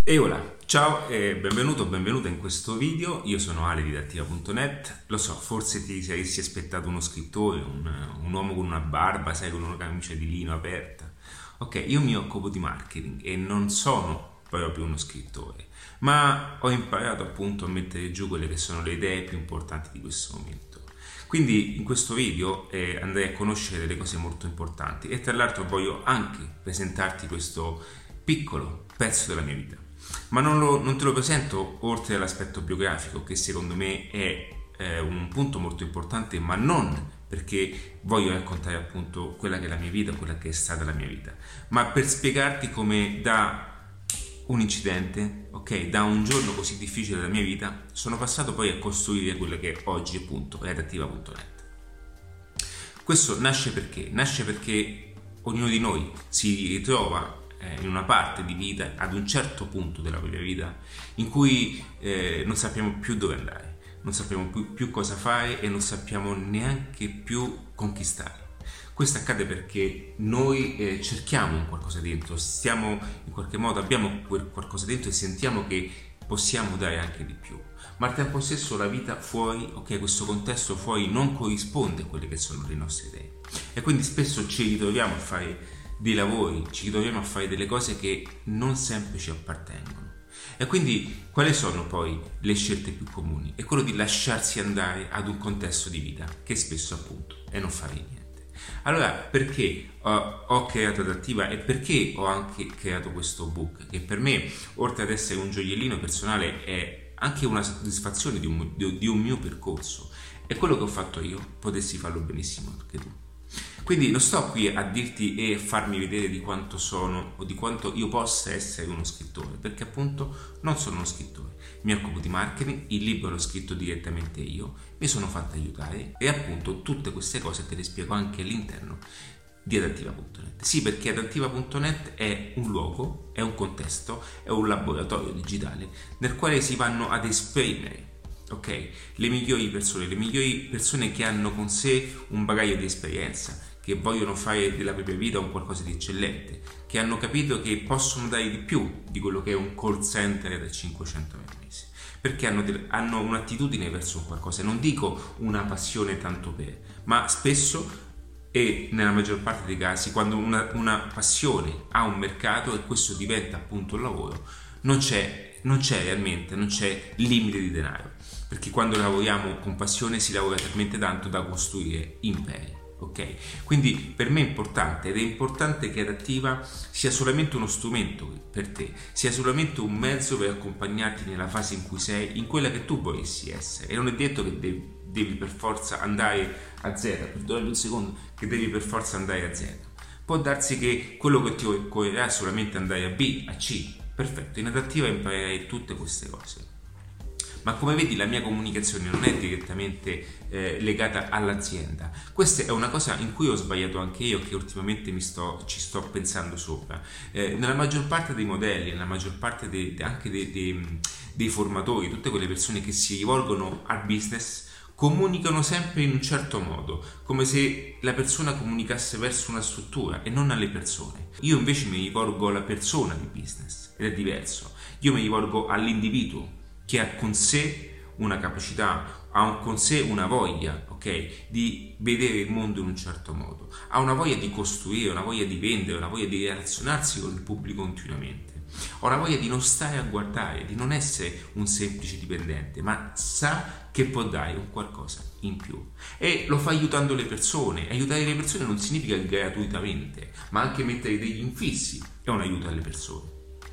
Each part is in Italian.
E ora, ciao e benvenuta in questo video. Io sono Ale di Dattiva.net. Lo so, forse ti saresti aspettato uno scrittore, un uomo con una barba, sai, con una camicia di lino aperta. Ok, io mi occupo di marketing e non sono proprio uno scrittore, ma ho imparato appunto a mettere giù quelle che sono le idee più importanti di questo momento. Quindi in questo video andrei a conoscere delle cose molto importanti e tra l'altro voglio anche presentarti questo piccolo pezzo della mia vita. Ma non te lo presento oltre all'aspetto biografico, che secondo me è un punto molto importante, ma non perché voglio raccontare appunto quella che è la mia vita, quella che è stata la mia vita, ma per spiegarti come da un incidente, ok, da un giorno così difficile della mia vita, sono passato poi a costruire quello che oggi appunto è Adattiva.net. Questo nasce perché? Nasce perché ognuno di noi si ritrova in una parte di vita, ad un certo punto della propria vita, in cui non sappiamo più dove andare, non sappiamo più cosa fare e non sappiamo neanche più conquistare. Questo accade perché noi cerchiamo un qualcosa dentro, stiamo in qualche modo, abbiamo quel qualcosa dentro e sentiamo che possiamo dare anche di più, ma al tempo stesso la vita fuori, ok, questo contesto fuori non corrisponde a quelle che sono le nostre idee e quindi spesso ci ritroviamo a fare dei lavori, ci ritroviamo a fare delle cose che non sempre ci appartengono. E quindi quali sono poi le scelte più comuni? È quello di lasciarsi andare ad un contesto di vita che spesso appunto è non fare niente. Allora, perché ho creato Adattiva e perché ho anche creato questo book, che per me, oltre ad essere un gioiellino personale, è anche una soddisfazione di un mio percorso. E quello che ho fatto io, potessi farlo benissimo anche tu. Quindi non sto qui a dirti e farmi vedere di quanto sono o di quanto io possa essere uno scrittore, perché appunto non sono uno scrittore. Mi occupo di marketing, il libro l'ho scritto direttamente io, mi sono fatto aiutare e appunto tutte queste cose te le spiego anche all'interno di Adattiva.net. Sì, perché Adattiva.net è un luogo, è un contesto, è un laboratorio digitale nel quale si vanno ad esprimere, ok, le migliori persone che hanno con sé un bagaglio di esperienza, che vogliono fare della propria vita un qualcosa di eccellente, che hanno capito che possono dare di più di quello che è un call center da 500 euro al mese, perché hanno un'attitudine verso un qualcosa, non dico una passione tanto per, ma spesso e nella maggior parte dei casi quando una passione ha un mercato e questo diventa appunto un lavoro, non c'è realmente, non c'è limite di denaro, perché quando lavoriamo con passione si lavora talmente tanto da costruire imperi. Ok, quindi per me è importante ed è importante che Adattiva sia solamente uno strumento per te, sia solamente un mezzo per accompagnarti nella fase in cui sei, in quella che tu vorresti essere. E non è detto che devi per forza andare a Z, perdonami un secondo, che devi per forza andare a Z. Può darsi che quello che ti occorrerà è solamente andare a B, a C. Perfetto, in Adattiva imparerai tutte queste cose. Ma come vedi la mia comunicazione non è direttamente legata all'azienda. Questa è una cosa in cui ho sbagliato anche io, che ultimamente ci sto pensando sopra. Nella maggior parte dei modelli, nella maggior parte anche dei formatori, tutte quelle persone che si rivolgono al business comunicano sempre in un certo modo, come se la persona comunicasse verso una struttura e non alle persone. Io invece mi rivolgo alla persona di business ed è diverso. Io mi rivolgo all'individuo che ha con sé una capacità, ha con sé una voglia, ok, di vedere il mondo in un certo modo, ha una voglia di costruire, una voglia di vendere, una voglia di relazionarsi con il pubblico continuamente, ha una voglia di non stare a guardare, di non essere un semplice dipendente, ma sa che può dare un qualcosa in più e lo fa aiutando le persone. Aiutare le persone non significa gratuitamente, ma anche mettere degli infissi è un aiuto alle persone.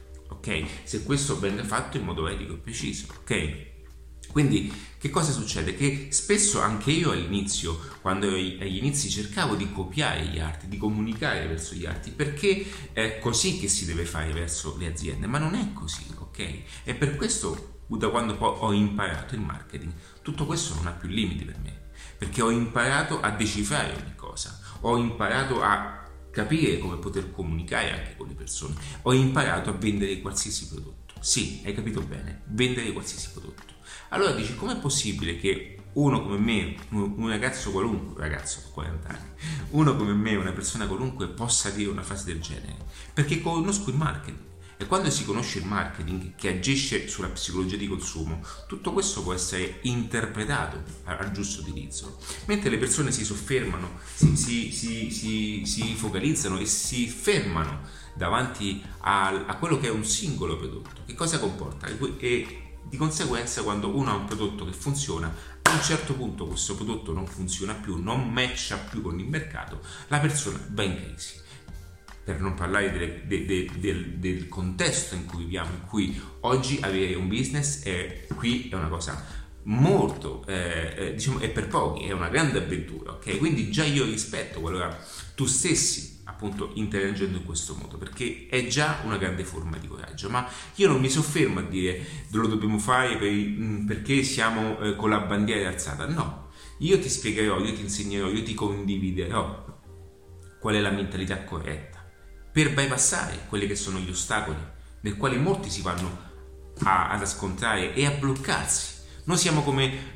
Ok, se questo venga fatto in modo etico e preciso, ok? Quindi che cosa succede? Che spesso anche io all'inizio, quando agli inizi cercavo di copiare gli altri, di comunicare verso gli altri, perché è così che si deve fare verso le aziende, ma non è così, ok? E per questo, da quando poi ho imparato il marketing, tutto questo non ha più limiti per me, perché ho imparato a decifrare ogni cosa, ho imparato a capire come poter comunicare anche con le persone, ho imparato a vendere qualsiasi prodotto. Sì, hai capito bene, vendere qualsiasi prodotto. Allora dici, com'è possibile che uno come me, un ragazzo qualunque, un ragazzo a 40 anni, uno come me, una persona qualunque possa dire una frase del genere? Perché conosco il marketing E quando si conosce il marketing che agisce sulla psicologia di consumo, tutto questo può essere interpretato al giusto utilizzo. Mentre le persone si soffermano, si focalizzano e si fermano davanti a quello che è un singolo prodotto, che cosa comporta? E di conseguenza, quando uno ha un prodotto che funziona, a un certo punto questo prodotto non funziona più, non matcha più con il mercato, la persona va in crisi. Per non parlare del contesto in cui viviamo, in cui oggi avere un business qui è una cosa molto, diciamo, è per pochi, è una grande avventura, ok? Quindi già io rispetto qualora tu stessi appunto interagendo in questo modo, perché è già una grande forma di coraggio. Ma io non mi soffermo a dire lo dobbiamo fare perché siamo con la bandiera alzata, no, io ti spiegherò, io ti insegnerò, io ti condividerò qual è la mentalità corretta per bypassare quelli che sono gli ostacoli nel quale molti si vanno ad scontrare e a bloccarsi. Noi siamo come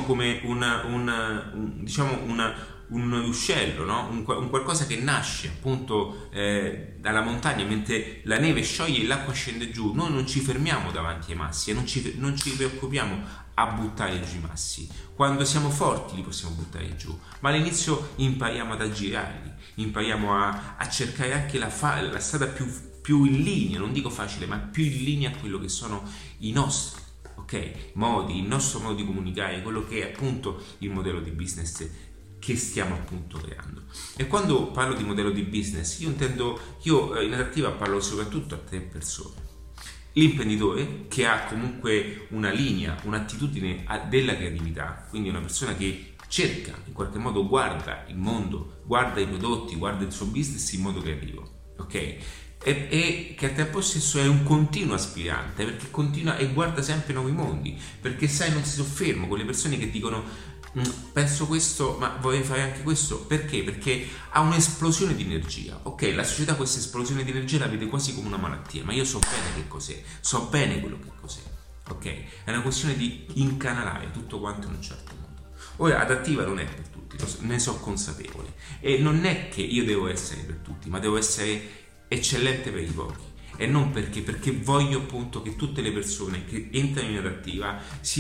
un ruscello, no? un qualcosa che nasce appunto dalla montagna, mentre la neve scioglie e l'acqua scende giù. Noi non ci fermiamo davanti ai massi e non ci preoccupiamo a buttare giù i massi. Quando siamo forti li possiamo buttare giù, ma all'inizio impariamo ad aggirarli, impariamo a cercare anche la strada più in linea, non dico facile, ma più in linea a quello che sono i nostri modi, il nostro modo di comunicare, quello che è appunto il modello di business che stiamo appunto creando. E quando parlo di modello di business, io in Adattiva parlo soprattutto a 3 persone: l'imprenditore, che ha comunque una linea, un'attitudine della creatività, quindi una persona che cerca, in qualche modo guarda il mondo, guarda i prodotti, guarda il suo business in modo creativo, ok? E che al tempo stesso è un continuo aspirante, perché continua e guarda sempre nuovi mondi, perché sai, non si sofferma con le persone che dicono penso questo ma vorrei fare anche questo. Perché? Perché ha un'esplosione di energia, ok? La società questa esplosione di energia la vede quasi come una malattia, ma io so bene che cos'è, so bene quello che cos'è, ok? È una questione di incanalare tutto quanto in un certo modo. Ora, Adattiva non è per tutti, ne sono consapevole, e non è che io devo essere per tutti, ma devo essere eccellente per i pochi. E non perché voglio appunto che tutte le persone che entrano in Adattiva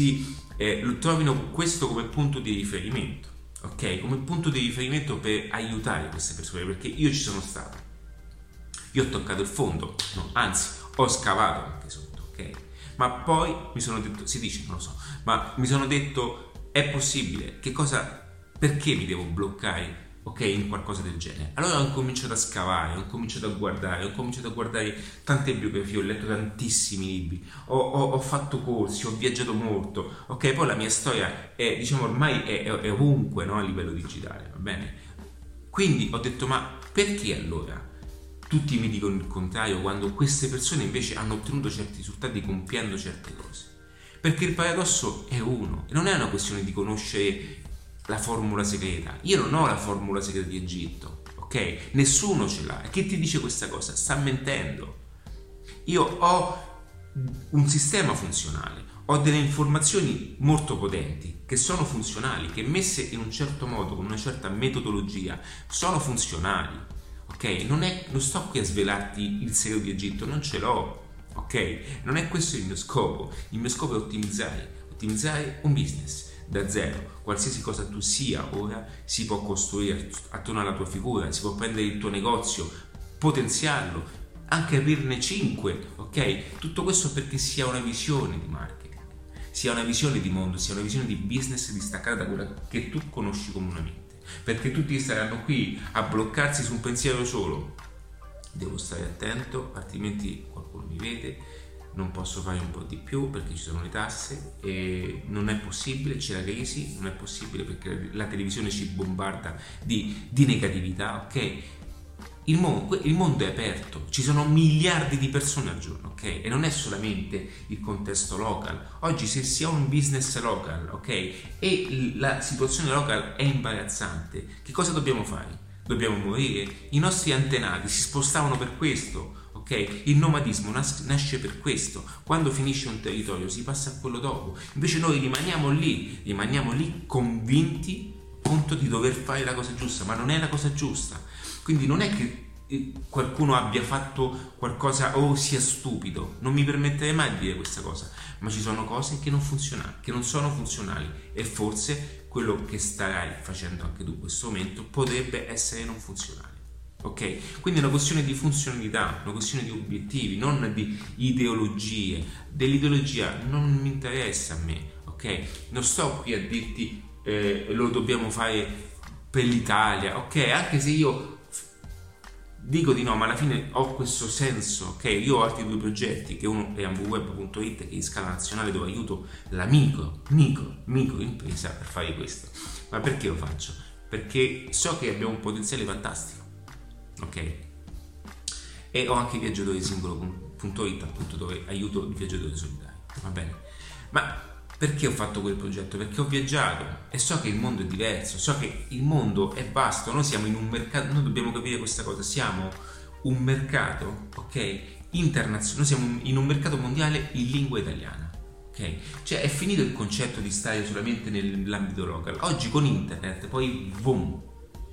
trovino questo come punto di riferimento, ok? Come punto di riferimento per aiutare queste persone, perché io ci sono stato, io ho toccato il fondo, no, anzi ho scavato anche sotto, ok? Ma poi mi sono detto, si dice, non lo so, ma mi sono detto, è possibile, perché mi devo bloccare, ok, in qualcosa del genere? Allora ho cominciato a scavare, ho cominciato a guardare tante biografie, ho letto tantissimi libri, ho fatto corsi, ho viaggiato molto, ok? Poi la mia storia è, diciamo, ormai è ovunque, no? A livello digitale, va bene? Quindi ho detto, ma perché allora tutti mi dicono il contrario quando queste persone invece hanno ottenuto certi risultati compiendo certe cose? Perché il paradosso è uno, non è una questione di conoscere la formula segreta. Io non ho la formula segreta di Egitto, ok? Nessuno ce l'ha. E chi ti dice questa cosa sta mentendo. Io ho un sistema funzionale, ho delle informazioni molto potenti che sono funzionali, che messe in un certo modo, con una certa metodologia, sono funzionali, ok? Non sto qui a svelarti il segreto di Egitto, non ce l'ho, ok? Non è questo il mio scopo. Il mio scopo è ottimizzare un business da zero. Qualsiasi cosa tu sia ora si può costruire attorno alla tua figura, si può prendere il tuo negozio, potenziarlo, anche aprirne 5, ok? Tutto questo perché si ha una visione di marketing, si ha una visione di mondo, si ha una visione di business distaccata da quella che tu conosci comunemente. Perché tutti staranno qui a bloccarsi su un pensiero solo. Devo stare attento, altrimenti qualcuno mi vede, non posso fare un po' di più perché ci sono le tasse e non è possibile, c'è la crisi, non è possibile perché la televisione ci bombarda di negatività, ok? Il mondo è aperto, ci sono miliardi di persone al giorno, ok? E non è solamente il contesto local. Oggi se si ha un business local, ok? E la situazione local è imbarazzante, che cosa dobbiamo fare? Dobbiamo morire? I nostri antenati si spostavano per questo, ok? Il nomadismo nasce per questo. Quando finisce un territorio si passa a quello dopo. Invece noi rimaniamo lì convinti appunto di dover fare la cosa giusta, ma non è la cosa giusta. Quindi non è che qualcuno abbia fatto qualcosa o sia stupido, non mi permetterei mai di dire questa cosa, ma ci sono cose che non funzionano, che non sono funzionali, e forse quello che starai facendo anche tu in questo momento potrebbe essere non funzionale. Ok? Quindi è una questione di funzionalità, una questione di obiettivi, non di ideologie. Dell'ideologia non mi interessa a me, ok? Non sto qui a dirti lo dobbiamo fare per l'Italia, ok? Anche se io dico di no, ma alla fine ho questo senso, ok? Io ho altri 2 progetti, che uno è amboweb.it, che è in scala nazionale, dove aiuto la micro impresa per fare questo. Ma perché lo faccio? Perché so che abbiamo un potenziale fantastico, ok? E ho anche viaggiatorisingolo.it, appunto, dove aiuto i viaggiatori solidari, va bene? Ma perché ho fatto quel progetto? Perché ho viaggiato e so che il mondo è diverso, so che il mondo è vasto, noi siamo in un mercato, noi dobbiamo capire questa cosa, siamo un mercato, ok, internazionale, noi siamo in un mercato mondiale in lingua italiana, ok? Cioè è finito il concetto di stare solamente nell'ambito local. Oggi con internet poi boom,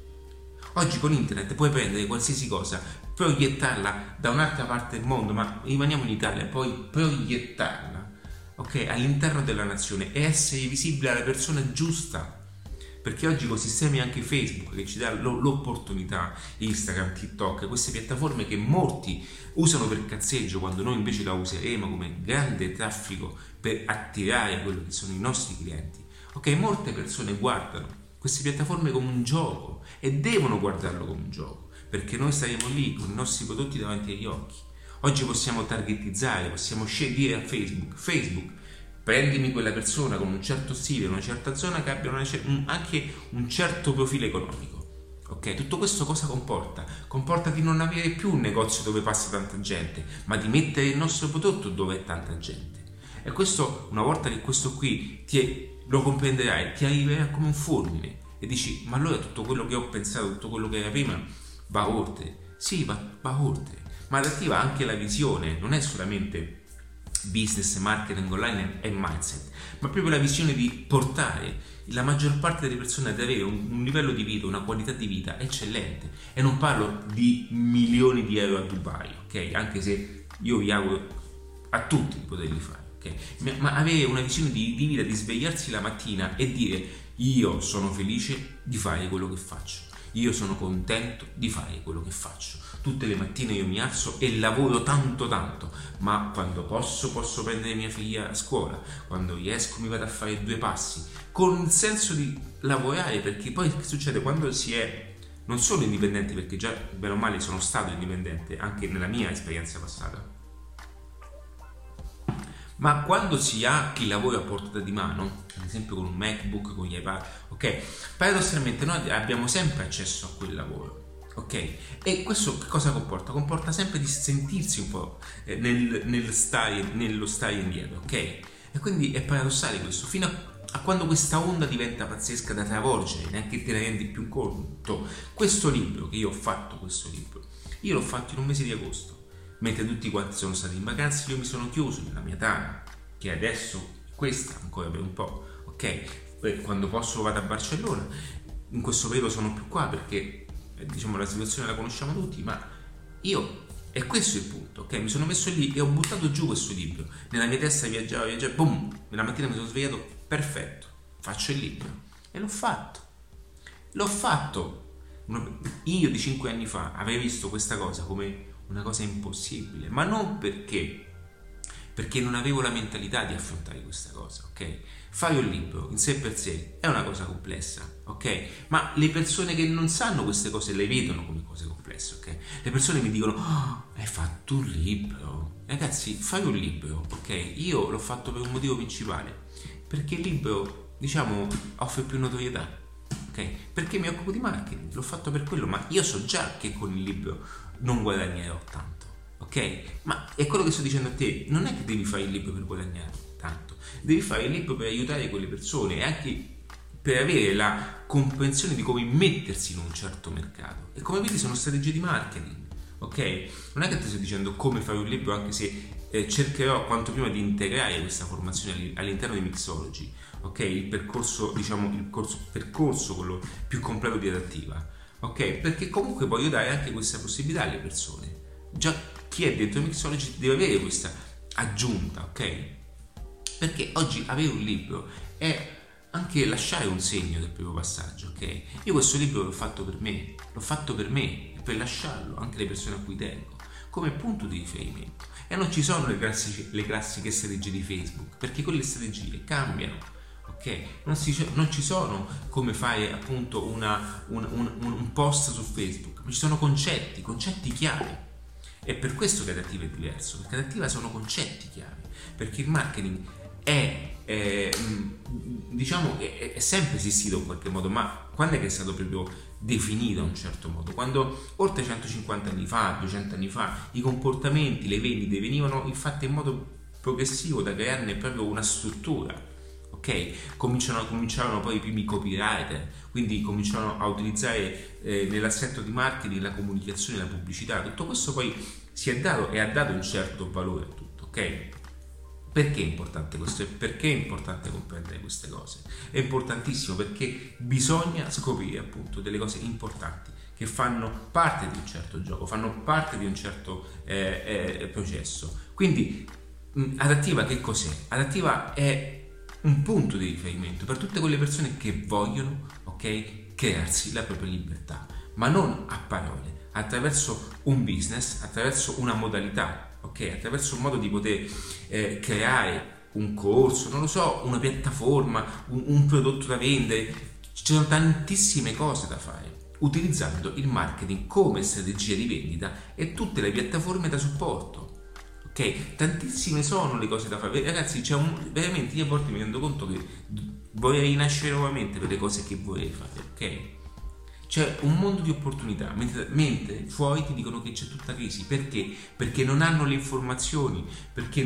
oggi con internet puoi prendere qualsiasi cosa, proiettarla da un'altra parte del mondo, ma rimaniamo in Italia, poi proiettarla, ok, all'interno della nazione e essere visibile alla persona giusta. Perché oggi con sistemi anche Facebook che ci dà l'opportunità, Instagram, TikTok, queste piattaforme che molti usano per cazzeggio, quando noi invece la useremo come grande traffico per attirare quello che sono i nostri clienti, ok, molte persone guardano queste piattaforme come un gioco e devono guardarlo come un gioco, perché noi staremo lì con i nostri prodotti davanti agli occhi. Oggi possiamo targetizzare, possiamo dire a Facebook, prendimi quella persona con un certo stile, una certa zona, che abbia anche un certo profilo economico. Ok, tutto questo cosa comporta? Comporta di non avere più un negozio dove passa tanta gente, ma di mettere il nostro prodotto dove è tanta gente. E questo, una volta che questo qui lo comprenderai, ti arriverà come un fulmine e dici: ma allora tutto quello che ho pensato, tutto quello che era prima va oltre. Sì, va oltre, ma attiva anche la visione, non è solamente business, marketing online e mindset, ma proprio la visione di portare la maggior parte delle persone ad avere un livello di vita, una qualità di vita eccellente. E non parlo di milioni di euro a Dubai, ok? Anche se io vi auguro a tutti di poterli fare, ok? Ma avere una visione di vita, di svegliarsi la mattina e dire: io sono felice di fare quello che faccio, io sono contento di fare quello che faccio. Tutte le mattine io mi alzo e lavoro tanto, ma quando posso prendere mia figlia a scuola, quando riesco mi vado a fare 2 passi, con il senso di lavorare, perché poi che succede quando si è non solo indipendenti, perché già bene o male sono stato indipendente anche nella mia esperienza passata, ma quando si ha il lavoro a portata di mano, ad esempio con un MacBook, con gli iPad, ok, paradossalmente noi abbiamo sempre accesso a quel lavoro, ok? E questo che cosa comporta? Comporta sempre di sentirsi un po' nello stare indietro, ok? E quindi è paradossale questo, fino a quando questa onda diventa pazzesca da travolgere, neanche te ne rendi più conto. Questo libro che io ho fatto, io l'ho fatto in un mese di agosto, mentre tutti quanti sono stati in vacanza. Io mi sono chiuso nella mia tana, che adesso è questa ancora per un po', ok? Quando posso vado a Barcellona, in questo periodo sono più qua perché diciamo la situazione la conosciamo tutti, ma io, e questo è il punto, ok? Mi sono messo lì e ho buttato giù questo libro, nella mia testa viaggiava, boom, la mattina mi sono svegliato, perfetto, faccio il libro, e l'ho fatto. Io di 5 anni fa avrei visto questa cosa come una cosa impossibile, ma non perché non avevo la mentalità di affrontare questa cosa, ok? Fare un libro in sé per sé è una cosa complessa, ok? Ma le persone che non sanno queste cose le vedono come cose complesse, ok? Le persone mi dicono: oh, hai fatto un libro? Ragazzi, fai un libro, ok? Io l'ho fatto per un motivo principale, perché il libro, diciamo, offre più notorietà, ok? Perché mi occupo di marketing, l'ho fatto per quello, ma io so già che con il libro non guadagnerò tanto, ok? Ma è quello che sto dicendo a te, non è che devi fare il libro per guadagnare tanto, devi fare il libro per aiutare quelle persone e anche per avere la comprensione di come mettersi in un certo mercato. E come vedi sono strategie di marketing, ok? Non è che ti sto dicendo come fare un libro, anche se cercherò quanto prima di integrare questa formazione all'interno di Mixology, ok? Il percorso, diciamo, percorso quello più completo di Adattiva, ok? Perché comunque voglio dare anche questa possibilità alle persone. Già chi è dentro Mixology deve avere questa aggiunta, ok? Perché oggi avere un libro è anche lasciare un segno del proprio passaggio, ok? Io questo libro l'ho fatto per me e per lasciarlo anche alle persone a cui tengo come punto di riferimento. E non ci sono le classiche strategie di Facebook, perché quelle strategie cambiano, ok? Non ci sono come fare appunto un post su Facebook, ma ci sono concetti chiave. È per questo che Adattiva è diverso, perché Adattiva sono concetti chiave, perché il marketing diciamo che è sempre esistito in qualche modo, ma quando è che è stato proprio definito in un certo modo? Quando oltre 150 anni fa, 200 anni fa, i comportamenti, le vendite venivano fatte in modo progressivo da crearne proprio una struttura, ok? Cominciarono poi i primi copywriter, quindi cominciarono a utilizzare nell'assetto di marketing la comunicazione, la pubblicità. Tutto questo poi si è dato e ha dato un certo valore a tutto, ok? Perché è importante questo? Perché è importante comprendere queste cose? È importantissimo perché bisogna scoprire appunto delle cose importanti che fanno parte di un certo gioco, fanno parte di un certo processo. Quindi Adattiva che cos'è? Adattiva è un punto di riferimento per tutte quelle persone che vogliono, ok, crearsi la propria libertà, ma non a parole, attraverso un business, attraverso una modalità, ok, attraverso un modo di poter creare un corso, non lo so, una piattaforma, un prodotto da vendere. Ci sono tantissime cose da fare utilizzando il marketing come strategia di vendita e tutte le piattaforme da supporto. Ok, tantissime sono le cose da fare, ragazzi. Veramente io a volte mi rendo conto che vorrei rinascere nuovamente per le cose che vorrei fare, ok? C'è un mondo di opportunità, mentre fuori ti dicono che c'è tutta crisi. Perché? Perché non hanno le informazioni, perché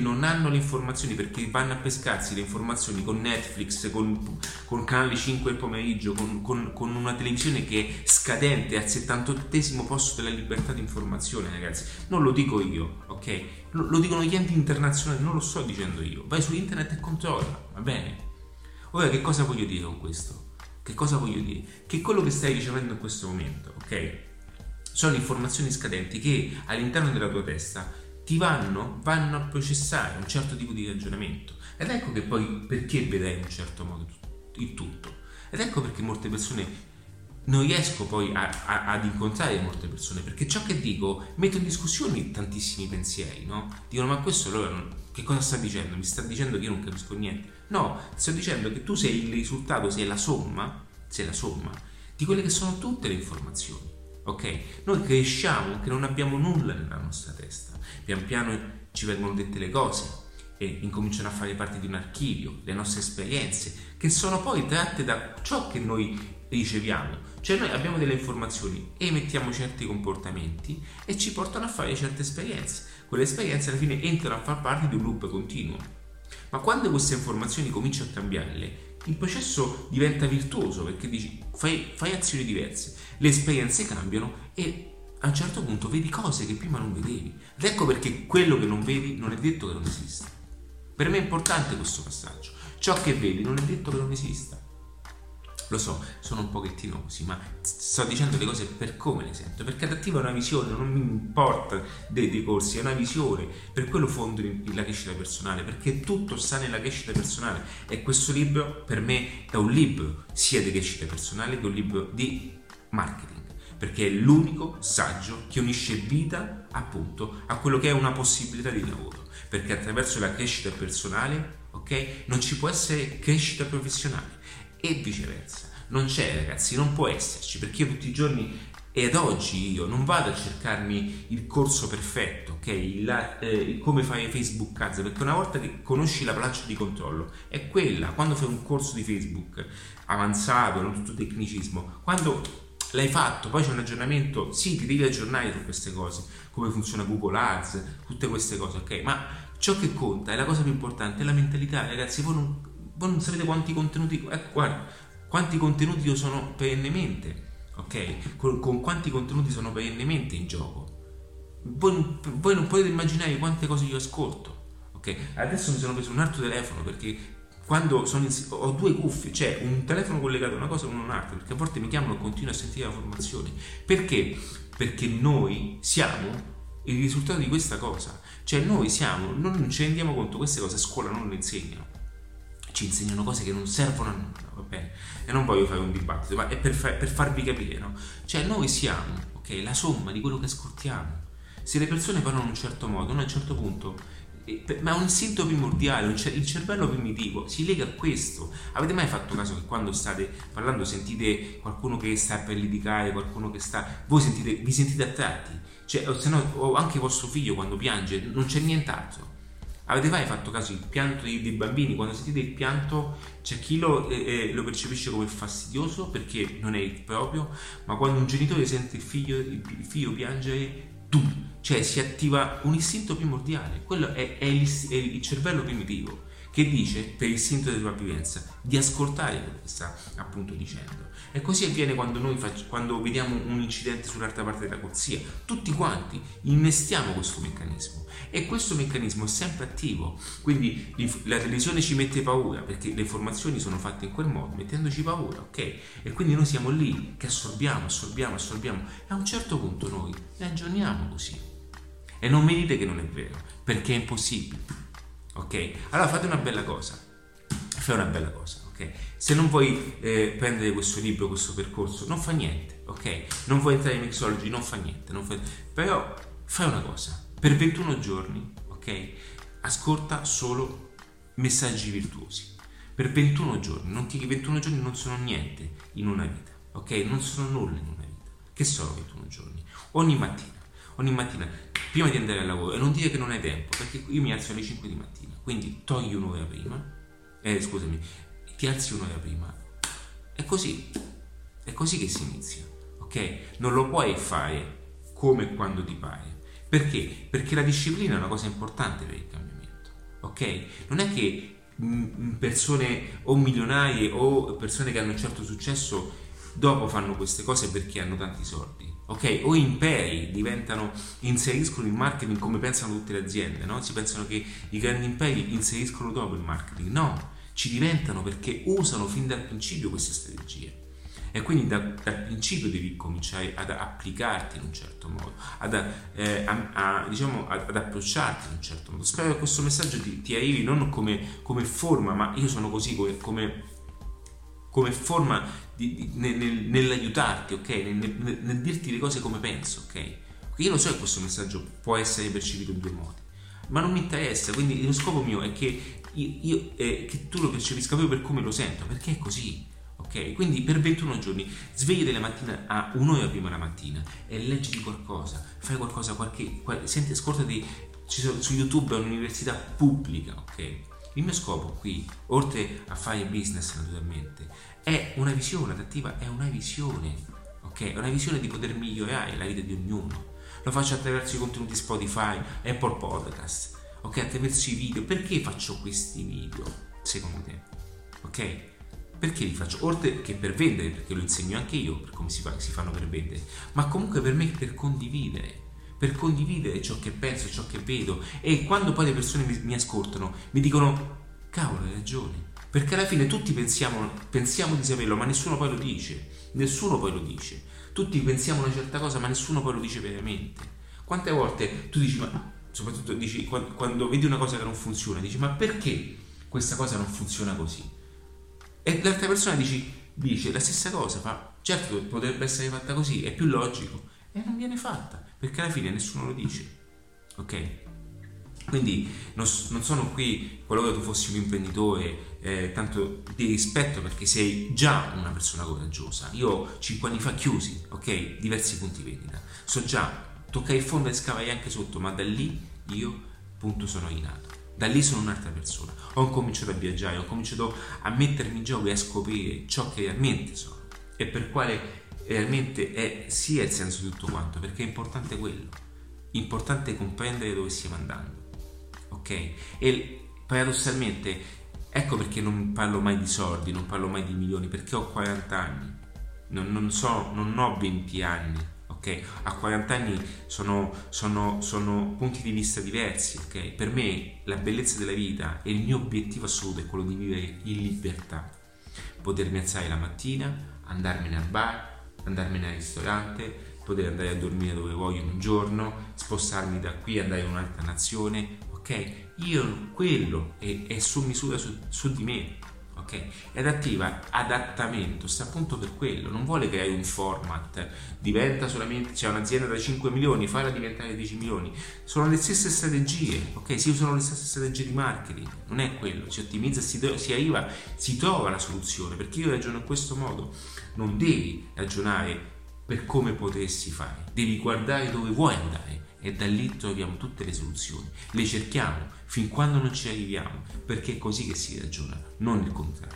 vanno a pescarsi le informazioni con Netflix, con Canale 5 il pomeriggio, con una televisione che è scadente al 78esimo posto della libertà di informazione, ragazzi. Non lo dico io, ok? Lo dicono gli enti internazionali, non lo sto dicendo io. Vai su internet e controlla, va bene? Ora che cosa voglio dire con questo? Che cosa voglio dire? Che quello che stai ricevendo in questo momento, ok? Sono informazioni scadenti che all'interno della tua testa ti vanno a processare un certo tipo di ragionamento. Ed ecco che poi perché vedrai in un certo modo il tutto. Ed ecco perché molte persone non riesco poi ad incontrare molte persone, perché ciò che dico metto in discussione tantissimi pensieri, no? Dicono: ma questo allora che cosa sta dicendo? Mi sta dicendo che io non capisco niente. No, sto dicendo che tu sei il risultato, sei la somma di quelle che sono tutte le informazioni, ok? Noi cresciamo che non abbiamo nulla nella nostra testa, pian piano ci vengono dette le cose e incominciano a fare parte di un archivio, le nostre esperienze, che sono poi tratte da ciò che noi riceviamo. Cioè noi abbiamo delle informazioni, emettiamo certi comportamenti e ci portano a fare certe esperienze. Quelle esperienze alla fine entrano a far parte di un loop continuo. Ma quando queste informazioni cominci a cambiarle, il processo diventa virtuoso, perché dici fai azioni diverse, le esperienze cambiano e a un certo punto vedi cose che prima non vedevi. Ed ecco perché quello che non vedi non è detto che non esista. Per me è importante questo passaggio. Ciò che vedi non è detto che non esista. Lo so, sono un pochettino così, ma sto dicendo le cose per come le sento, perché Adattiva è una visione, non mi importa dei corsi, è una visione. Per quello fondo la crescita personale, perché tutto sta nella crescita personale, e questo libro per me è un libro sia di crescita personale che un libro di marketing, perché è l'unico saggio che unisce vita appunto a quello che è una possibilità di lavoro, perché attraverso la crescita personale, ok, non ci può essere crescita professionale. E viceversa, non c'è, ragazzi, non può esserci, perché io tutti i giorni e ad oggi io non vado a cercarmi il corso perfetto, ok, come fare Facebook Ads, perché una volta che conosci la plancia di controllo è quella. Quando fai un corso di Facebook avanzato, non tutto tecnicismo, quando l'hai fatto, poi c'è un aggiornamento, sì, ti devi aggiornare su queste cose, come funziona Google Ads, tutte queste cose, ok, ma ciò che conta è la cosa più importante, è la mentalità, ragazzi. Voi non sapete quanti contenuti, guarda, quanti contenuti io sono perennemente, ok? Con quanti contenuti sono perennemente in gioco. Voi non potete immaginare quante cose io ascolto, ok? Adesso mi sono preso un altro telefono perché quando ho due cuffie, cioè un telefono collegato a una cosa e uno un'altra, perché a volte mi chiamano e continuo a sentire la formazione. Perché? Perché noi siamo il risultato di questa cosa, cioè noi non ci rendiamo conto, queste cose a scuola non le insegnano, ci insegnano cose che non servono a nulla, va bene? E non voglio fare un dibattito, ma è per farvi capire, no? Cioè noi siamo, ok, la somma di quello che ascoltiamo. Se le persone parlano in un certo modo, noi a un certo punto, ma è un istinto primordiale, il cervello primitivo si lega a questo. Avete mai fatto caso che quando state parlando sentite qualcuno che sta per litigare, qualcuno che sta, voi vi sentite attratti, cioè, o anche vostro figlio quando piange, non c'è nient'altro. Avete mai fatto caso il pianto dei bambini? Quando sentite il pianto c'è chi lo percepisce come fastidioso perché non è il proprio, ma quando un genitore sente il figlio piangere, cioè si attiva un istinto primordiale. Quello è il cervello primitivo che dice, per istinto di sopravvivenza, di ascoltare quello che sta appunto dicendo. E così avviene quando quando vediamo un incidente sull'altra parte della corsia. Tutti quanti innestiamo questo meccanismo e questo meccanismo è sempre attivo. Quindi la televisione ci mette paura perché le informazioni sono fatte in quel modo, mettendoci paura, ok? E quindi noi siamo lì che assorbiamo e a un certo punto noi ragioniamo così. E non mi dite che non è vero, perché è impossibile. Ok? Allora fate una bella cosa, ok? Se non vuoi prendere questo libro, questo percorso, non fa niente, ok? Non vuoi entrare in mixology, non fa niente, però fai una cosa, per 21 giorni, ok? Ascolta solo messaggi virtuosi, per 21 giorni, non ti 21 giorni non sono niente in una vita, ok? Non sono nulla in una vita, che sono 21 giorni? Ogni mattina, prima di andare al lavoro, e non dire che non hai tempo, perché io mi alzo alle 5 di mattina, quindi togli un'ora prima, ti alzi un'ora prima, è così che si inizia, ok? Non lo puoi fare come e quando ti pare, perché? Perché la disciplina è una cosa importante per il cambiamento, ok? Non è che persone o milionarie o persone che hanno un certo successo dopo fanno queste cose perché hanno tanti soldi, ok? O imperi inseriscono il marketing come pensano tutte le aziende, no? Si pensano che i grandi imperi inseriscono dopo il marketing, no, ci diventano perché usano fin dal principio queste strategie e quindi dal principio devi cominciare ad applicarti in un certo modo, ad approcciarti in un certo modo. Spero che questo messaggio ti arrivi non come forma, ma io sono così come forma nell'aiutarti, ok? Nel dirti le cose come penso, ok? Io lo so che questo messaggio può essere percepito in due modi, ma non mi interessa, quindi lo scopo mio è che che tu lo percepisca proprio per come lo sento, perché è così, ok? Quindi per 21 giorni svegliati la mattina a un'ora prima la mattina e leggiti qualcosa, fai qualcosa, senti, ascoltati, su YouTube è un'università pubblica, ok? Il mio scopo qui, oltre a fare business naturalmente, è una visione adattiva, è una visione, ok? È una visione di poter migliorare la vita di ognuno. Lo faccio attraverso i contenuti Spotify, Apple Podcast, ok? Attraverso i video. Perché faccio questi video, secondo te? Ok? Perché li faccio? Oltre che per vendere, perché lo insegno anche io, per come si fanno per vendere, ma comunque per me per condividere ciò che penso, ciò che vedo, e quando poi le persone mi ascoltano mi dicono cavolo, hai ragione, perché alla fine tutti pensiamo di saperlo, ma nessuno poi lo dice, tutti pensiamo una certa cosa ma nessuno poi lo dice veramente. Quante volte tu dici, ma soprattutto dici quando vedi una cosa che non funziona, dici ma perché questa cosa non funziona così, e l'altra persona dice la stessa cosa, fa certo potrebbe essere fatta così, è più logico, e non viene fatta perché alla fine nessuno lo dice, ok? Quindi non sono qui qualora tu fossi un imprenditore, tanto ti rispetto perché sei già una persona coraggiosa. Io 5 anni fa chiusi, ok, diversi punti vendita, so già toccare il fondo e scavare anche sotto, ma da lì io appunto sono rinato, da lì sono un'altra persona, ho cominciato a viaggiare, ho cominciato a mettermi in gioco e a scoprire ciò che realmente sono e per quale realmente sia il senso di tutto quanto, perché è importante quello, importante comprendere dove stiamo andando, ok? E paradossalmente ecco perché non parlo mai di soldi, non parlo mai di milioni, perché ho 40 anni, non ho 20 anni, ok? ok? A 40 anni sono punti di vista diversi, ok? Per me la bellezza della vita e il mio obiettivo assoluto è quello di vivere in libertà, potermi alzare la mattina, andarmene al bar, andarmene al ristorante, poter andare a dormire dove voglio in un giorno, spostarmi da qui, andare in un'altra nazione, ok? Io quello è su misura su di me, ok? E adattamento sta appunto per quello, non vuole creare un format, diventa solamente, c'è un'azienda da 5 milioni, farla diventare 10 milioni, sono le stesse strategie, ok? Si usano le stesse strategie di marketing, non è quello, si ottimizza, si arriva, si trova la soluzione, perché io ragiono in questo modo, non devi ragionare per come potresti fare, devi guardare dove vuoi andare e da lì troviamo tutte le soluzioni, le cerchiamo fin quando non ci arriviamo, perché è così che si ragiona, non il contrario.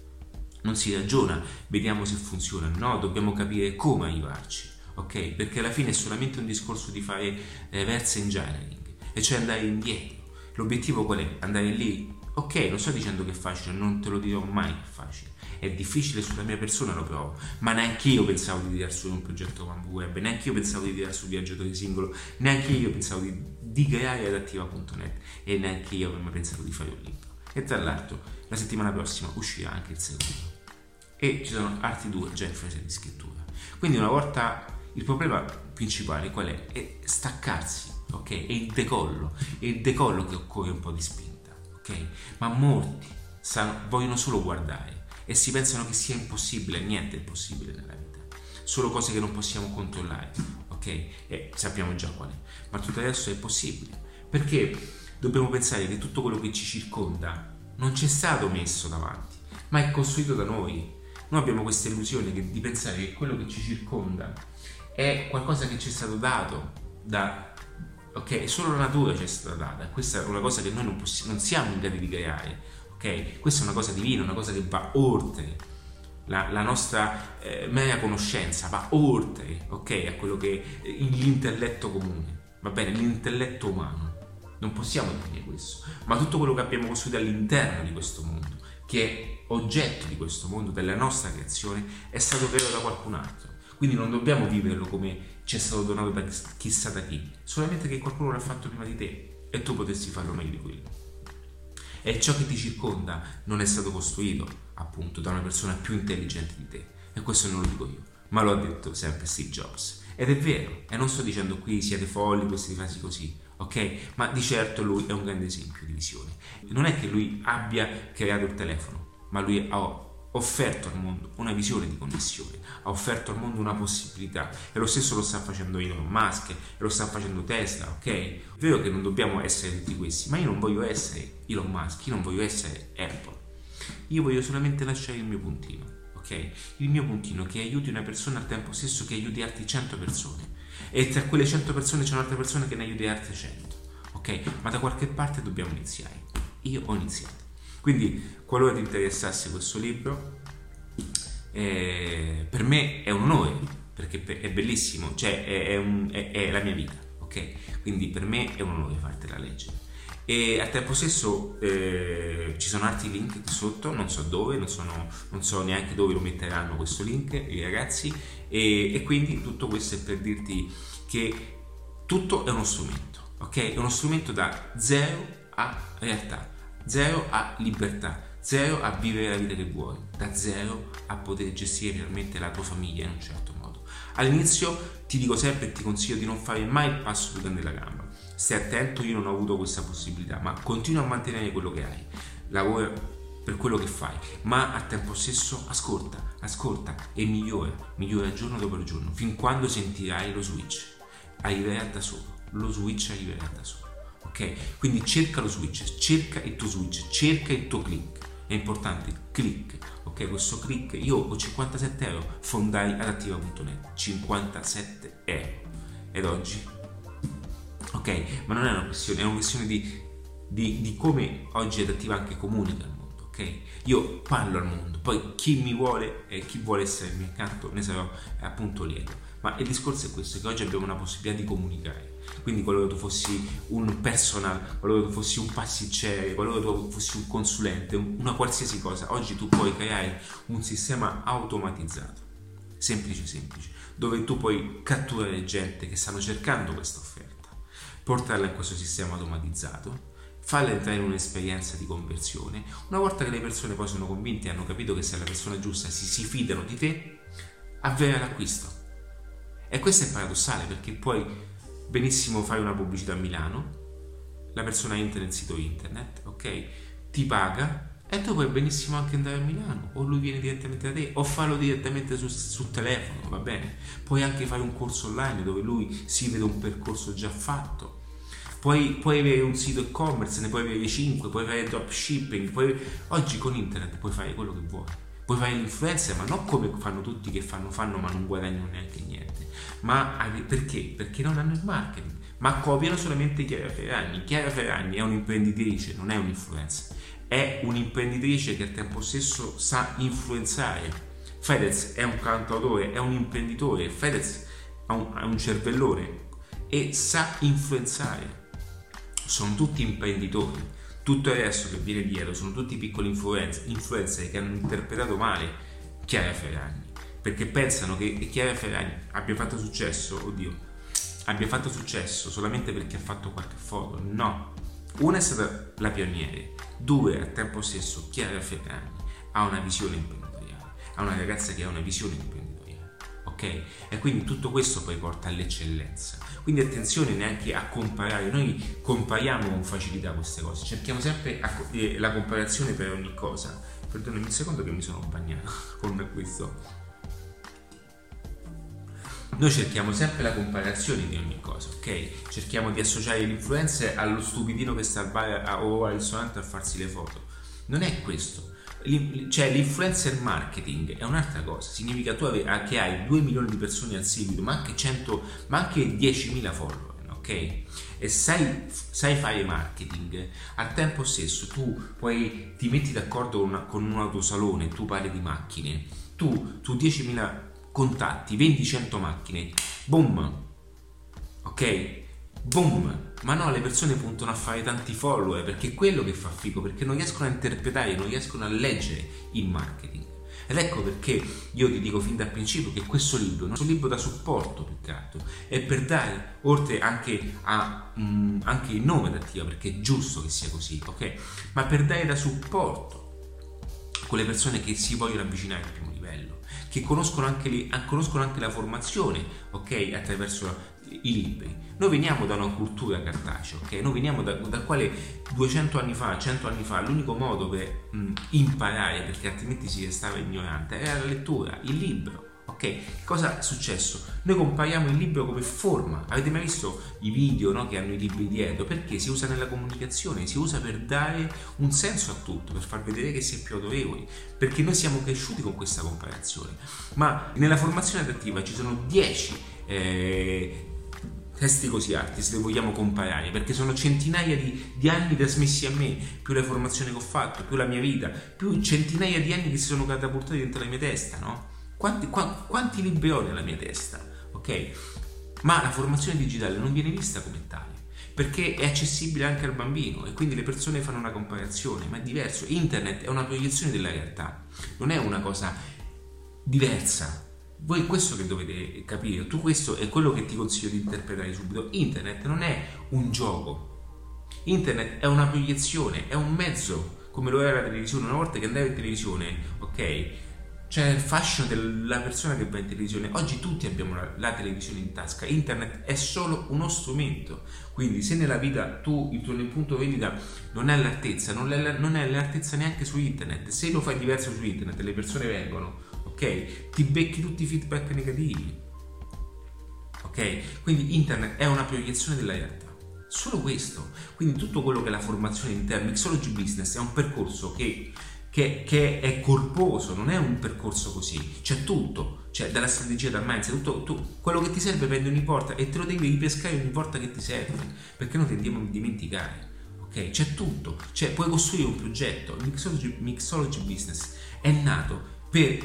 Non si ragiona, vediamo se funziona, no, dobbiamo capire come arrivarci, ok? Perché alla fine è solamente un discorso di fare reverse engineering, e cioè andare indietro. L'obiettivo qual è? Andare lì, ok, non sto dicendo che è facile, non te lo dirò mai che è facile, è difficile sulla mia persona, lo provo, ma neanche io pensavo di tirare su un progetto Bamboo Web, neanche io pensavo di tirare su Viaggiatore Singolo, neanche io pensavo di creare Adattiva.net, e neanche io avevo mai pensato di fare un libro. E tra l'altro la settimana prossima uscirà anche il secondo, e ci sono altri 2 già in fase di scrittura. Quindi una volta, il problema principale qual è? È staccarsi, ok? È il decollo che occorre un po' di spinta, ok? Ma molti vogliono solo guardare e si pensano che sia impossibile. Niente è possibile nella vita, solo cose che non possiamo controllare, ok? E sappiamo già qual è, ma tutto il resto è possibile, perché dobbiamo pensare che tutto quello che ci circonda non ci è stato messo davanti, ma è costruito da noi. Noi abbiamo questa illusione di pensare che quello che ci circonda è qualcosa che ci è stato dato ok? Solo la natura ci è stata data, questa è una cosa che noi non siamo in grado di creare, ok? Questa è una cosa divina, una cosa che va oltre la nostra mera conoscenza, va oltre, ok? A quello che è l'intelletto comune, va bene? L'intelletto umano, non possiamo definire questo, ma tutto quello che abbiamo costruito all'interno di questo mondo, che è oggetto di questo mondo, della nostra creazione, è stato creato da qualcun altro. Quindi non dobbiamo viverlo come ci è stato donato da chissà da chi, solamente che qualcuno l'ha fatto prima di te e tu potresti farlo meglio di quello. E ciò che ti circonda non è stato costruito appunto da una persona più intelligente di te, e questo non lo dico io, ma lo ha detto sempre Steve Jobs, ed è vero. E non sto dicendo qui siete folli queste frasi così, ok? Ma di certo lui è un grande esempio di visione. Non è che lui abbia creato il telefono, ma lui ha offerto al mondo una visione di connessione, ha offerto al mondo una possibilità, e lo stesso lo sta facendo Elon Musk, e lo sta facendo Tesla, ok? È vero che non dobbiamo essere tutti questi, ma io non voglio essere Elon Musk, io non voglio essere Apple, io voglio solamente lasciare il mio puntino, ok? Il mio puntino che aiuti una persona al tempo stesso che aiuti altre 100 persone, e tra quelle 100 persone c'è un'altra persona che ne aiuti altre 100, ok? Ma da qualche parte dobbiamo iniziare. Io ho iniziato. Quindi, qualora ti interessasse questo libro, per me è un onore, perché è bellissimo, cioè è la mia vita, ok? Quindi per me è un onore fartela leggere. E al tempo stesso ci sono altri link qui sotto, non so dove, non so neanche dove lo metteranno questo link i ragazzi, e quindi tutto questo è per dirti che tutto è uno strumento, ok? È uno strumento da zero a realtà, zero a libertà, zero a vivere la vita che vuoi, da zero a poter gestire realmente la tua famiglia in un certo modo. All'inizio ti dico sempre e ti consiglio di non fare mai il passo più grande della gamba. Stai attento, io non ho avuto questa possibilità, ma continua a mantenere quello che hai, lavora per quello che fai, ma al tempo stesso ascolta e migliora giorno dopo giorno, fin quando sentirai lo switch. Arriverà da solo, lo switch arriverà da solo. Ok? Quindi cerca lo switch, cerca il tuo switch, cerca il tuo click. È importante il click, ok? Questo click, io ho 57 euro fondai Adattiva.net, 57 euro, ed oggi, ok? Ma non è una questione, è una questione di come oggi Adattiva anche comunica al mondo, ok? Io parlo al mondo, poi chi mi vuole e chi vuole essere al mio accanto ne sarò appunto lieto. Ma il discorso è questo, che oggi abbiamo una possibilità di comunicare. Quindi qualora tu fossi un personal, qualora tu fossi un pasticcere, qualora tu fossi un consulente, una qualsiasi cosa, oggi tu puoi creare un sistema automatizzato semplice, dove tu puoi catturare gente che stanno cercando questa offerta, portarla in questo sistema automatizzato, farla entrare in un'esperienza di conversione. Una volta che le persone poi sono convinte e hanno capito che sei la persona giusta, si fidano di te, avviene l'acquisto. E questo è paradossale, perché puoi benissimo fare una pubblicità a Milano, la persona entra nel sito internet, ok, ti paga e tu puoi benissimo anche andare a Milano, o lui viene direttamente da te, o farlo direttamente sul telefono, va bene? Puoi anche fare un corso online dove lui si vede un percorso già fatto. Puoi avere un sito e-commerce, ne puoi avere 5, puoi fare dropshipping, oggi con internet puoi fare quello che vuoi. Puoi fare l'influencer, ma non come fanno tutti, che fanno ma non guadagnano neanche niente. Ma perché? Perché non hanno il marketing, ma copiano solamente Chiara Ferragni. Chiara Ferragni è un'imprenditrice, non è un'influencer, è un'imprenditrice che al tempo stesso sa influenzare. Fedez è un cantautore, è un imprenditore. Fedez ha un cervellone e sa influenzare. Sono tutti imprenditori. Tutto il resto che viene dietro sono tutti piccoli influencer che hanno interpretato male Chiara Ferragni, perché pensano che Chiara Ferragni abbia fatto successo solamente perché ha fatto qualche foto. No, una è stata la pioniere, due, al tempo stesso Chiara Ferragni ha una visione imprenditoriale, ha una ragazza che ha una visione imprenditoriale, ok? E quindi tutto questo poi porta all'eccellenza. Quindi attenzione neanche a comparare, noi compariamo con facilità queste cose, cerchiamo sempre la comparazione per ogni cosa. Perdonami un secondo che mi sono bagnato con questo. Noi cerchiamo sempre la comparazione di ogni cosa, ok? Cerchiamo di associare l'influencer allo stupidino che sta al bar o al ristorante a farsi le foto. Non è questo. Cioè l'influencer marketing è un'altra cosa, significa che hai 2 milioni di persone al seguito, ma anche 10.000 follower, ok? E sai fare marketing. Al tempo stesso tu poi ti metti d'accordo con un autosalone, tu parli di macchine, tu 10.000 contatti, vendi 100 macchine, boom, ok? Boom. Ma no, le persone puntano a fare tanti follower, perché è quello che fa figo, perché non riescono a interpretare, non riescono a leggere il marketing. Ed ecco perché io ti dico fin dal principio che questo libro è un libro da supporto, più che altro, è per dare, oltre anche anche il nome d'attiva, perché è giusto che sia così, ok? Ma per dare da supporto a quelle persone che si vogliono avvicinare al primo livello, che conoscono anche la formazione, ok? Attraverso i libri. Noi veniamo da una cultura cartacea, ok? Noi veniamo dal quale 200 anni fa, 100 anni fa, l'unico modo per imparare, perché altrimenti si restava ignorante, era la lettura, il libro, ok? Cosa è successo? Noi compariamo il libro come forma. Avete mai visto i video, no, che hanno i libri dietro? Perché si usa nella comunicazione, si usa per dare un senso a tutto, per far vedere che si è più autorevoli, perché noi siamo cresciuti con questa comparazione. Ma nella formazione adattiva ci sono 10 testi così alti, se li vogliamo comparare, perché sono centinaia di anni trasmessi a me, più la formazione che ho fatto, più la mia vita, più centinaia di anni che si sono catapultati dentro la mia testa, no? Quanti libri ho nella mia testa, ok? Ma la formazione digitale non viene vista come tale, perché è accessibile anche al bambino, e quindi le persone fanno una comparazione, ma è diverso. Internet è una proiezione della realtà, non è una cosa diversa. Voi questo che dovete capire, tu questo è quello che ti consiglio di interpretare subito. Internet non è un gioco, internet è una proiezione, è un mezzo, come lo era la televisione. Una volta che andavi in televisione, ok, c'è il fascino della persona che va in televisione. Oggi tutti abbiamo la televisione in tasca. Internet è solo uno strumento. Quindi se nella vita il tuo punto vendita non è all'altezza, non è all'altezza neanche su internet, se lo fai diverso su internet, le persone vengono, ok, ti becchi tutti i feedback negativi, ok? Quindi internet è una proiezione della realtà, solo questo. Quindi tutto quello che è la formazione interna, Mixology Business, è un percorso che è corposo, non è un percorso così, c'è tutto, cioè dalla strategia, dal mindset, tutto quello che ti serve, prendi ogni volta e te lo devi ripescare ogni volta che ti serve, perché noi tendiamo a dimenticare, ok? C'è tutto, cioè puoi costruire un progetto. Il Mixology Business è nato per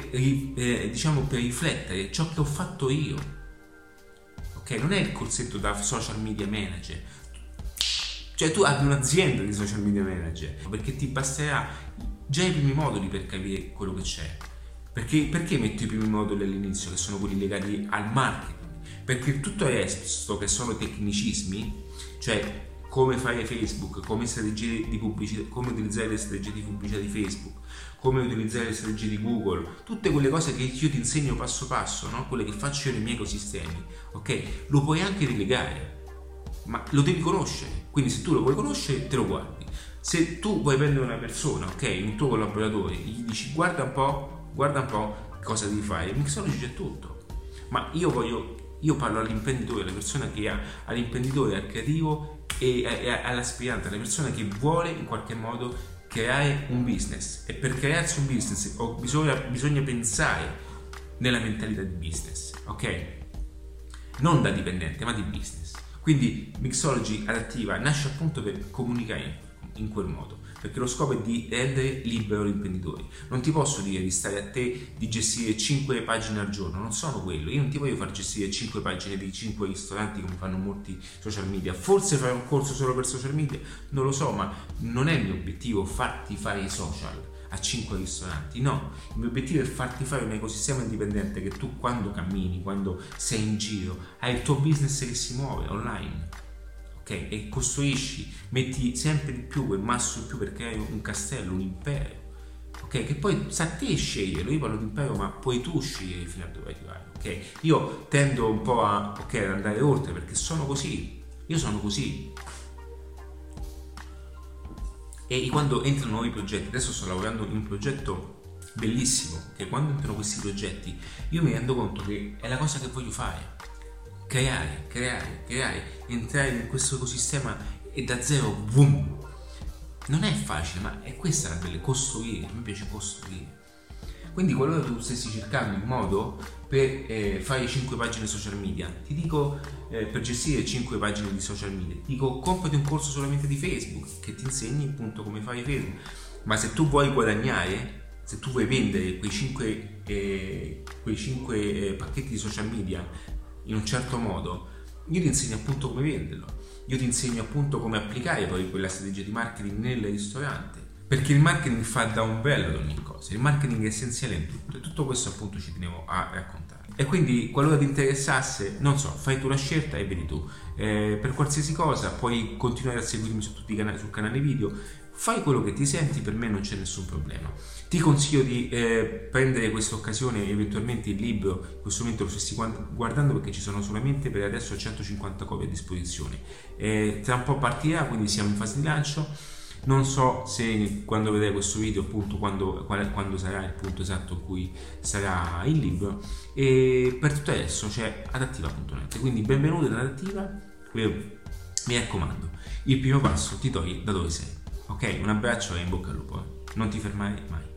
riflettere ciò che ho fatto io, ok? Non è il corsetto da social media manager, cioè tu hai un'azienda di social media manager, perché ti basterà già i primi moduli per capire quello che c'è. Perché metto i primi moduli all'inizio, che sono quelli legati al marketing? Perché tutto il resto, che sono tecnicismi, cioè come fare Facebook, come strategie di pubblicità, come utilizzare le strategie di pubblicità di Facebook, come utilizzare le strategie di Google, tutte quelle cose che io ti insegno passo passo, no? Quelle che faccio io nei miei ecosistemi, ok? Lo puoi anche delegare, ma lo devi conoscere. Quindi se tu lo vuoi conoscere, te lo guardi. Se tu vuoi prendere una persona, ok, un tuo collaboratore, gli dici guarda un po' cosa devi fare, in Mixology c'è tutto. Ma io parlo all'imprenditore, alla persona che ha, all'imprenditore, al creativo e all'aspirante, alla persona che vuole in qualche modo creare un business. E per crearsi un business bisogna pensare nella mentalità di business, ok? Non da dipendente, ma di business. Quindi Mixology Adattiva nasce appunto per comunicare in quel modo, perché lo scopo è di rendere libero l'imprenditore. Non ti posso dire di stare a te di gestire 5 pagine al giorno, non sono quello. Io non ti voglio far gestire 5 pagine di 5 ristoranti come fanno molti social media. Forse fare un corso solo per social media, non lo so, ma non è il mio obiettivo farti fare i social a 5 ristoranti, no. Il mio obiettivo è farti fare un ecosistema indipendente, che tu quando cammini, quando sei in giro, hai il tuo business che si muove online, ok? E costruisci, metti sempre di più quel masso in più per creare un castello, un impero, ok? Che poi sa a te scegliere. Io parlo di impero, ma puoi tu scegliere fino a dove arrivare, ok? Io tendo un po' ad andare oltre, perché sono così, io sono così. E quando entrano nuovi progetti, adesso sto lavorando in un progetto bellissimo, che quando entrano questi progetti io mi rendo conto che è la cosa che voglio fare: creare, entrare in questo ecosistema e da zero, boom. Non è facile, ma è questa la bella, costruire. Mi piace costruire. Quindi qualora tu stessi cercando il modo per fare 5 pagine social media, ti dico, per gestire 5 pagine di social media, ti dico comprati un corso solamente di Facebook che ti insegni appunto come fare Facebook. Ma se tu vuoi guadagnare, se tu vuoi vendere quei 5 pacchetti di social media in un certo modo, io ti insegno appunto come venderlo, io ti insegno appunto come applicare poi quella strategia di marketing nel ristorante, perché il marketing fa da ombrello ad ogni cosa, il marketing è essenziale in tutto, e tutto questo appunto ci tenevo a raccontare. E quindi qualora ti interessasse, non so, fai tu la scelta e vedi tu. Per qualsiasi cosa puoi continuare a seguirmi su tutti i canali, sul canale video, fai quello che ti senti, per me non c'è nessun problema. Ti consiglio di prendere questa occasione, eventualmente il libro, in questo momento lo stessi guardando, perché ci sono solamente per adesso 150 copie a disposizione. Tra un po' partirà, quindi siamo in fase di lancio. Non so se quando vedrai questo video appunto quando sarà il punto esatto in cui sarà il libro. E per tutto adesso c'è adattiva.net, quindi benvenuti ad Adattiva. Mi raccomando, il primo passo ti toglie da dove sei, ok? Un abbraccio e in bocca al lupo, non ti fermare mai.